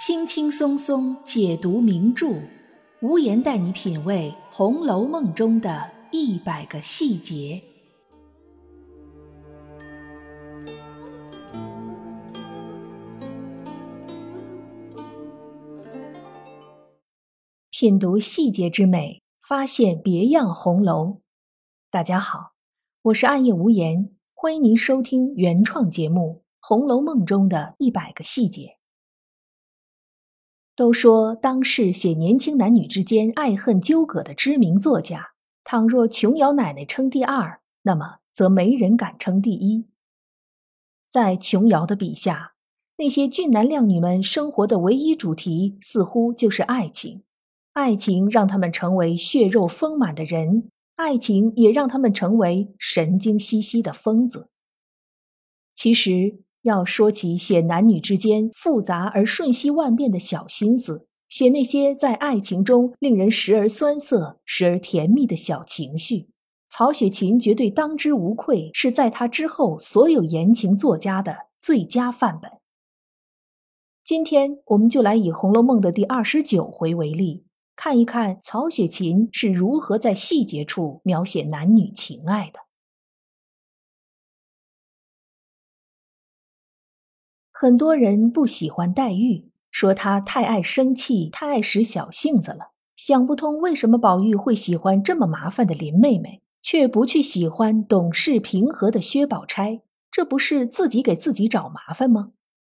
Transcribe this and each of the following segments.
轻轻松松解读名著，无言带你品味《红楼梦》中的100个细节。品读细节之美，发现别样红楼。大家好，我是暗夜无言，欢迎您收听原创节目《红楼梦》中的100个细节。都说当世写年轻男女之间爱恨纠葛的知名作家，倘若琼瑶奶奶称第二，那么则没人敢称第一。在琼瑶的笔下，那些俊男靓女们生活的唯一主题似乎就是爱情，爱情让他们成为血肉丰满的人，爱情也让他们成为神经兮兮的疯子。其实要说起写男女之间复杂而瞬息万变的小心思，写那些在爱情中令人时而酸涩时而甜蜜的小情绪，曹雪芹绝对当之无愧，是在他之后所有言情作家的最佳范本。今天我们就来以《红楼梦》的第29回为例，看一看曹雪芹是如何在细节处描写男女情爱的。很多人不喜欢黛玉，说她太爱生气，太爱使小性子了，想不通为什么宝玉会喜欢这么麻烦的林妹妹，却不去喜欢懂事平和的薛宝钗，这不是自己给自己找麻烦吗？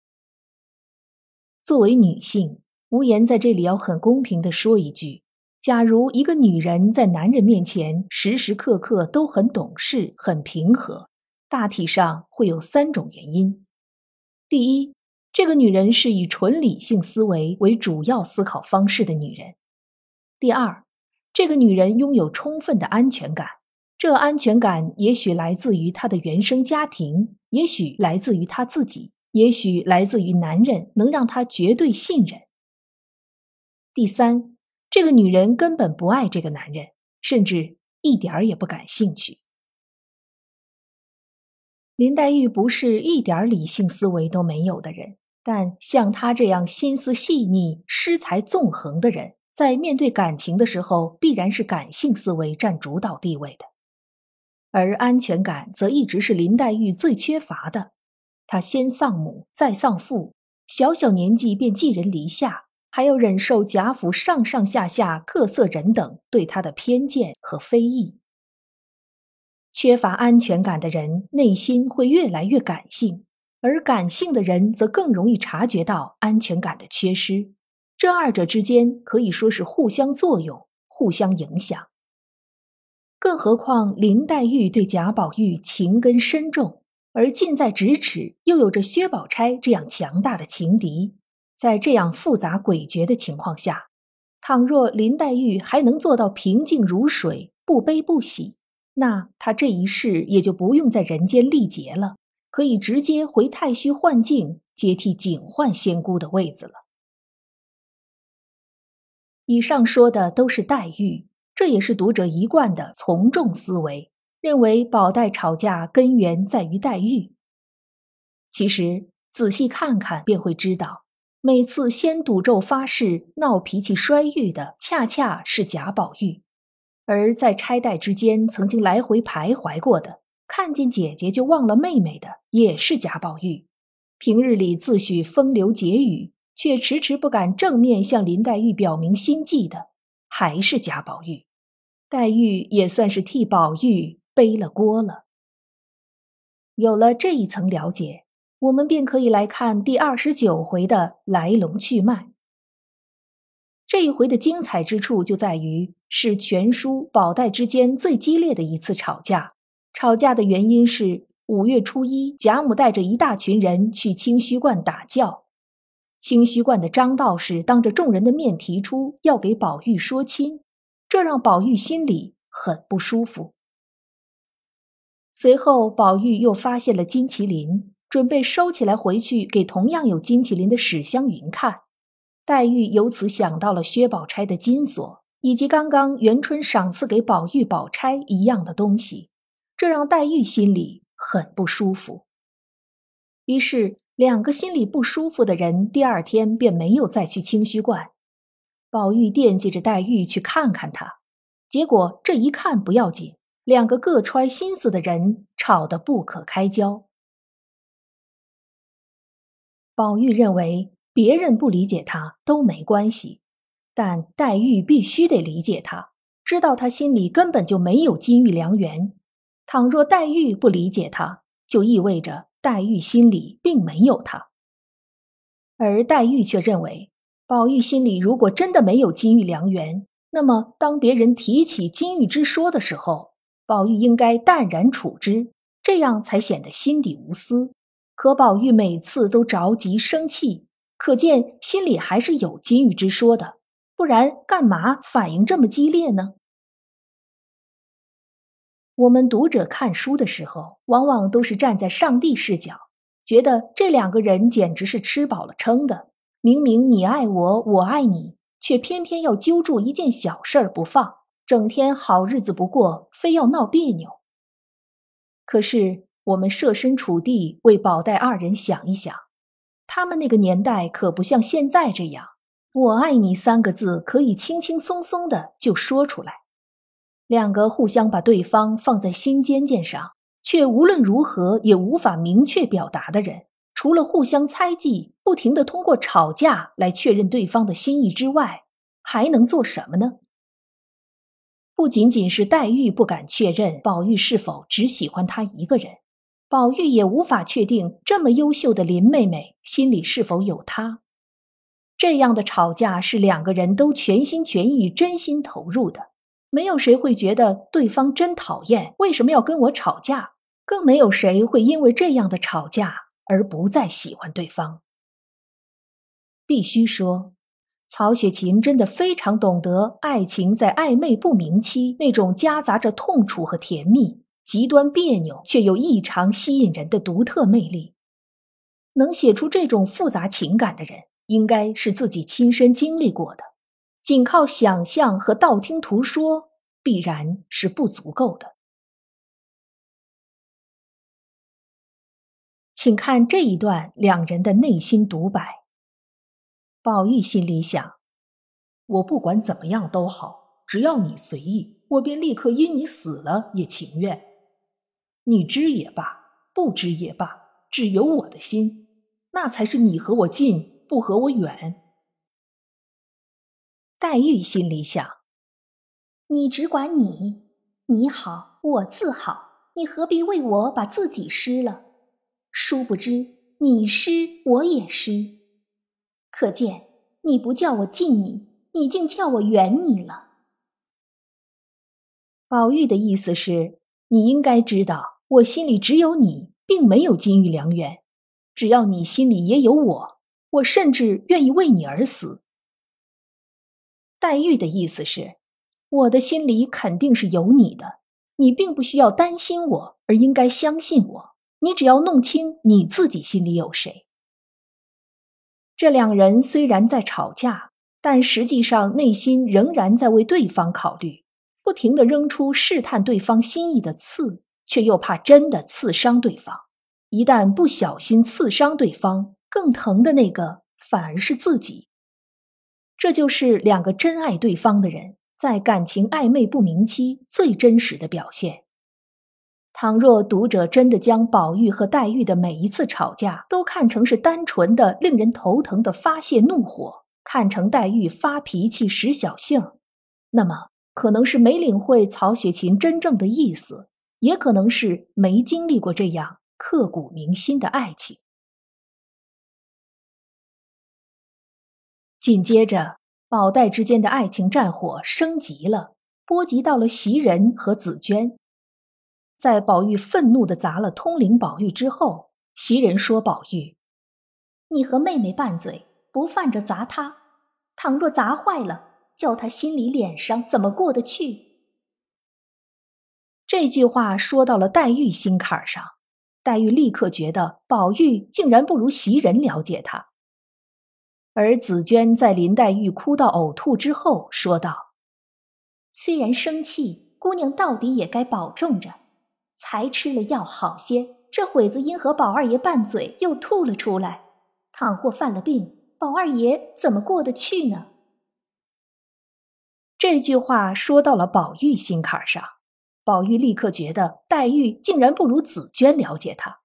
作为女性，无言在这里要很公平地说一句，假如一个女人在男人面前时时刻刻都很懂事很平和，大体上会有3种原因。第一，这个女人是以纯理性思维为主要思考方式的女人。第二，这个女人拥有充分的安全感，这安全感也许来自于她的原生家庭，也许来自于她自己，也许来自于男人能让她绝对信任。第三，这个女人根本不爱这个男人，甚至一点儿也不感兴趣。林黛玉不是一点理性思维都没有的人，但像她这样心思细腻、诗才纵横的人，在面对感情的时候，必然是感性思维占主导地位的。而安全感则一直是林黛玉最缺乏的。她先丧母，再丧父，小小年纪便寄人篱下，还要忍受贾府上上下下各色人等对她的偏见和非议。缺乏安全感的人，内心会越来越感性，而感性的人则更容易察觉到安全感的缺失。这二者之间可以说是互相作用，互相影响。更何况林黛玉对贾宝玉情根深重，而近在咫尺，又有着薛宝钗这样强大的情敌。在这样复杂诡谲的情况下，倘若林黛玉还能做到平静如水，不悲不喜，那她这一世也就不用在人间历劫了，可以直接回太虚幻境，接替警幻仙姑的位子了。以上说的都是黛玉，这也是读者一贯的从众思维，认为宝黛吵架根源在于黛玉。其实仔细看看便会知道，每次先赌咒发誓闹脾气摔玉的恰恰是贾宝玉，而在钗黛之间曾经来回徘徊过的，看见姐姐就忘了妹妹的也是贾宝玉，平日里自诩风流解语，却迟迟不敢正面向林黛玉表明心迹的还是贾宝玉。黛玉也算是替宝玉背了锅了。有了这一层了解，我们便可以来看第29回的来龙去脉。这一回的精彩之处就在于是全书宝黛之间最激烈的一次吵架。吵架的原因是5月初1，贾母带着一大群人去清虚观打醮。清虚观的张道士当着众人的面提出要给宝玉说亲，这让宝玉心里很不舒服。随后宝玉又发现了金麒麟，准备收起来回去给同样有金麒麟的史湘云看。黛玉由此想到了薛宝钗的金锁，以及刚刚元春赏赐给宝玉宝钗一样的东西，这让黛玉心里很不舒服。于是两个心里不舒服的人第二天便没有再去清虚观。宝玉惦记着黛玉去看看他，结果这一看不要紧，两个各揣心思的人吵得不可开交。宝玉认为别人不理解他都没关系，但黛玉必须得理解他，知道他心里根本就没有金玉良缘。倘若黛玉不理解他，就意味着黛玉心里并没有他。而黛玉却认为，宝玉心里如果真的没有金玉良缘，那么当别人提起金玉之说的时候，宝玉应该淡然处之，这样才显得心底无私。可宝玉每次都着急生气，可见心里还是有金玉之说的，不然干嘛反应这么激烈呢？我们读者看书的时候，往往都是站在上帝视角，觉得这两个人简直是吃饱了撑的，明明你爱我，我爱你，却偏偏要揪住一件小事儿不放，整天好日子不过，非要闹别扭。可是我们设身处地为宝黛二人想一想，他们那个年代可不像现在这样，我爱你三个字可以轻轻松松的就说出来。两个互相把对方放在心尖尖上，却无论如何也无法明确表达的人，除了互相猜忌，不停地通过吵架来确认对方的心意之外，还能做什么呢？不仅仅是黛玉不敢确认宝玉是否只喜欢她一个人，宝玉也无法确定这么优秀的林妹妹心里是否有他。这样的吵架是两个人都全心全意真心投入的，没有谁会觉得对方真讨厌，为什么要跟我吵架？更没有谁会因为这样的吵架而不再喜欢对方。必须说，曹雪芹真的非常懂得爱情在暧昧不明期那种夹杂着痛楚和甜蜜，极端别扭却又异常吸引人的独特魅力。能写出这种复杂情感的人，应该是自己亲身经历过的，仅靠想象和道听途说必然是不足够的。请看这一段两人的内心独白。宝玉心里想，我不管怎么样都好，只要你随意，我便立刻因你死了也情愿。你知也罢，不知也罢，只有我的心，那才是你和我近，不和我远。黛玉心里想，你只管你好我自好，你何必为我把自己失了？殊不知你失我也失，可见你不叫我近你，你竟叫我远你了。宝玉的意思是，你应该知道我心里只有你，并没有金玉良缘，只要你心里也有我，我甚至愿意为你而死。黛玉的意思是，我的心里肯定是有你的，你并不需要担心我，而应该相信我，你只要弄清你自己心里有谁。这两人虽然在吵架，但实际上内心仍然在为对方考虑，不停地扔出试探对方心意的刺，却又怕真的刺伤对方。一旦不小心刺伤对方，更疼的那个反而是自己。这就是两个真爱对方的人在感情暧昧不明期最真实的表现。倘若读者真的将宝玉和黛玉的每一次吵架都看成是单纯的令人头疼的发泄怒火，看成黛玉发脾气使小性，那么可能是没领会曹雪芹真正的意思，也可能是没经历过这样刻骨铭心的爱情。紧接着，宝黛之间的爱情战火升级了，波及到了袭人和紫娟。在宝玉愤怒地砸了通灵宝玉之后，袭人说宝玉，你和妹妹拌嘴，不犯着砸她，倘若砸坏了，叫她心里脸上怎么过得去？这句话说到了黛玉心坎上，黛玉立刻觉得宝玉竟然不如袭人了解她。而紫娟在林黛玉哭到呕吐之后说道，虽然生气，姑娘到底也该保重着，才吃了药好些， 这会子因和宝二爷拌嘴又吐了出来，倘或犯了病，宝二爷怎么过得去呢？这句话说到了宝玉心坎上，宝玉立刻觉得黛玉竟然不如紫娟了解他。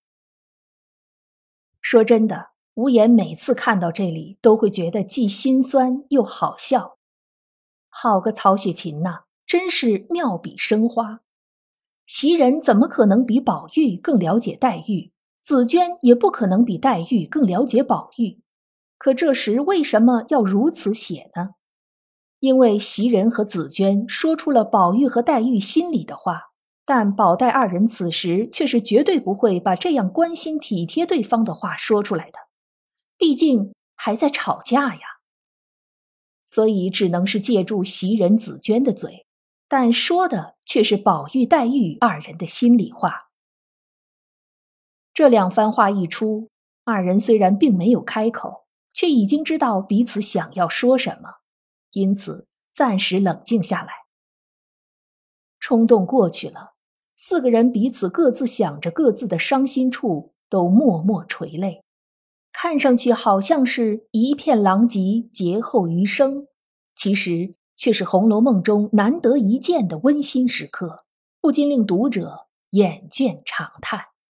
说真的，无言每次看到这里都会觉得既心酸又好笑。好个曹雪芹呐，真是妙笔生花。袭人怎么可能比宝玉更了解黛玉？紫娟也不可能比黛玉更了解宝玉。可这时为什么要如此写呢？因为袭人和紫娟说出了宝玉和黛玉心里的话，但宝黛二人此时却是绝对不会把这样关心体贴对方的话说出来的，毕竟还在吵架呀。所以只能是借助袭人、紫娟的嘴，但说的却是宝玉、黛玉二人的心里话。这两番话一出，二人虽然并没有开口，却已经知道彼此想要说什么，因此暂时冷静下来。冲动过去了，四个人彼此各自想着各自的伤心处，都默默垂泪，看上去好像是一片狼藉，劫后余生，其实却是《红楼梦》中难得一见的温馨时刻，不禁令读者眼倦长叹。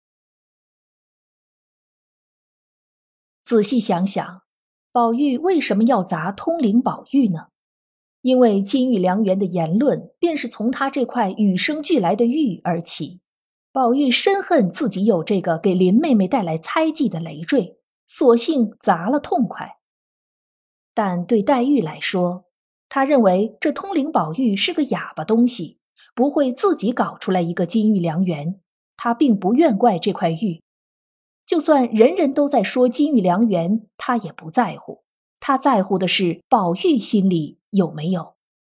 仔细想想，宝玉为什么要砸通灵宝玉呢？因为金玉良缘的言论便是从他这块与生俱来的玉而起。宝玉深恨自己有这个给林妹妹带来猜忌的累赘，索性砸了痛快。但对黛玉来说，她认为这通灵宝玉是个哑巴东西，不会自己搞出来一个金玉良缘，她并不怨怪这块玉。就算人人都在说金玉良缘，她也不在乎，她在乎的是宝玉心里有没有。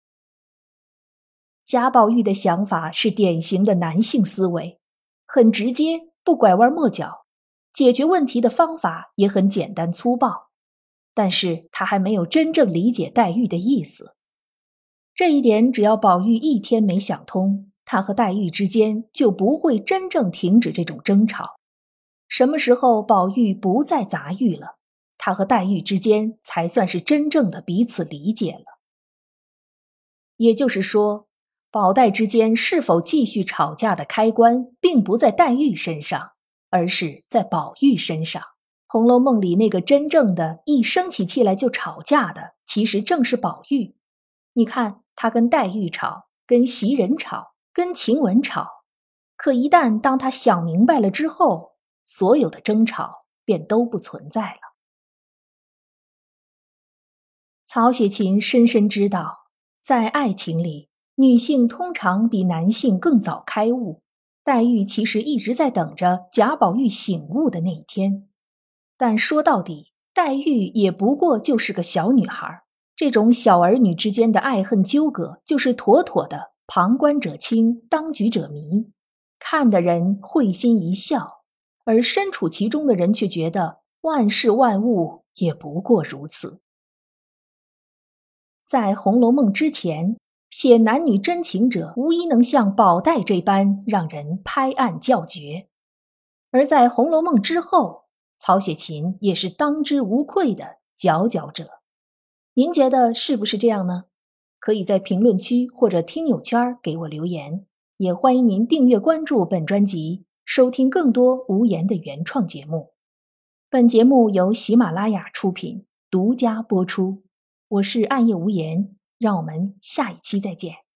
贾宝玉的想法是典型的男性思维，很直接，不拐弯抹角，解决问题的方法也很简单粗暴，但是他还没有真正理解黛玉的意思。这一点只要宝玉一天没想通，他和黛玉之间就不会真正停止这种争吵。什么时候宝玉不再砸玉了，他和黛玉之间才算是真正的彼此理解了。也就是说，宝黛之间是否继续吵架的开关并不在黛玉身上，而是在宝玉身上。《红楼梦》里那个真正的一生起气来就吵架的，其实正是宝玉。你看，他跟黛玉吵，跟袭人吵，跟晴雯吵，可一旦当他想明白了之后，所有的争吵便都不存在了。曹雪芹深深知道，在爱情里，女性通常比男性更早开悟。黛玉其实一直在等着贾宝玉醒悟的那一天，但说到底，黛玉也不过就是个小女孩，这种小儿女之间的爱恨纠葛，就是妥妥的旁观者清，当局者迷，看的人会心一笑，而身处其中的人却觉得万事万物也不过如此。在《红楼梦》之前，写男女真情者无一能像宝黛这般让人拍案叫绝，而在《红楼梦》之后，曹雪芹也是当之无愧的佼佼者。您觉得是不是这样呢？可以在评论区或者听友圈给我留言，也欢迎您订阅关注本专辑，收听更多无言的原创节目。本节目由喜马拉雅出品，独家播出。我是暗夜无言，让我们下一期再见。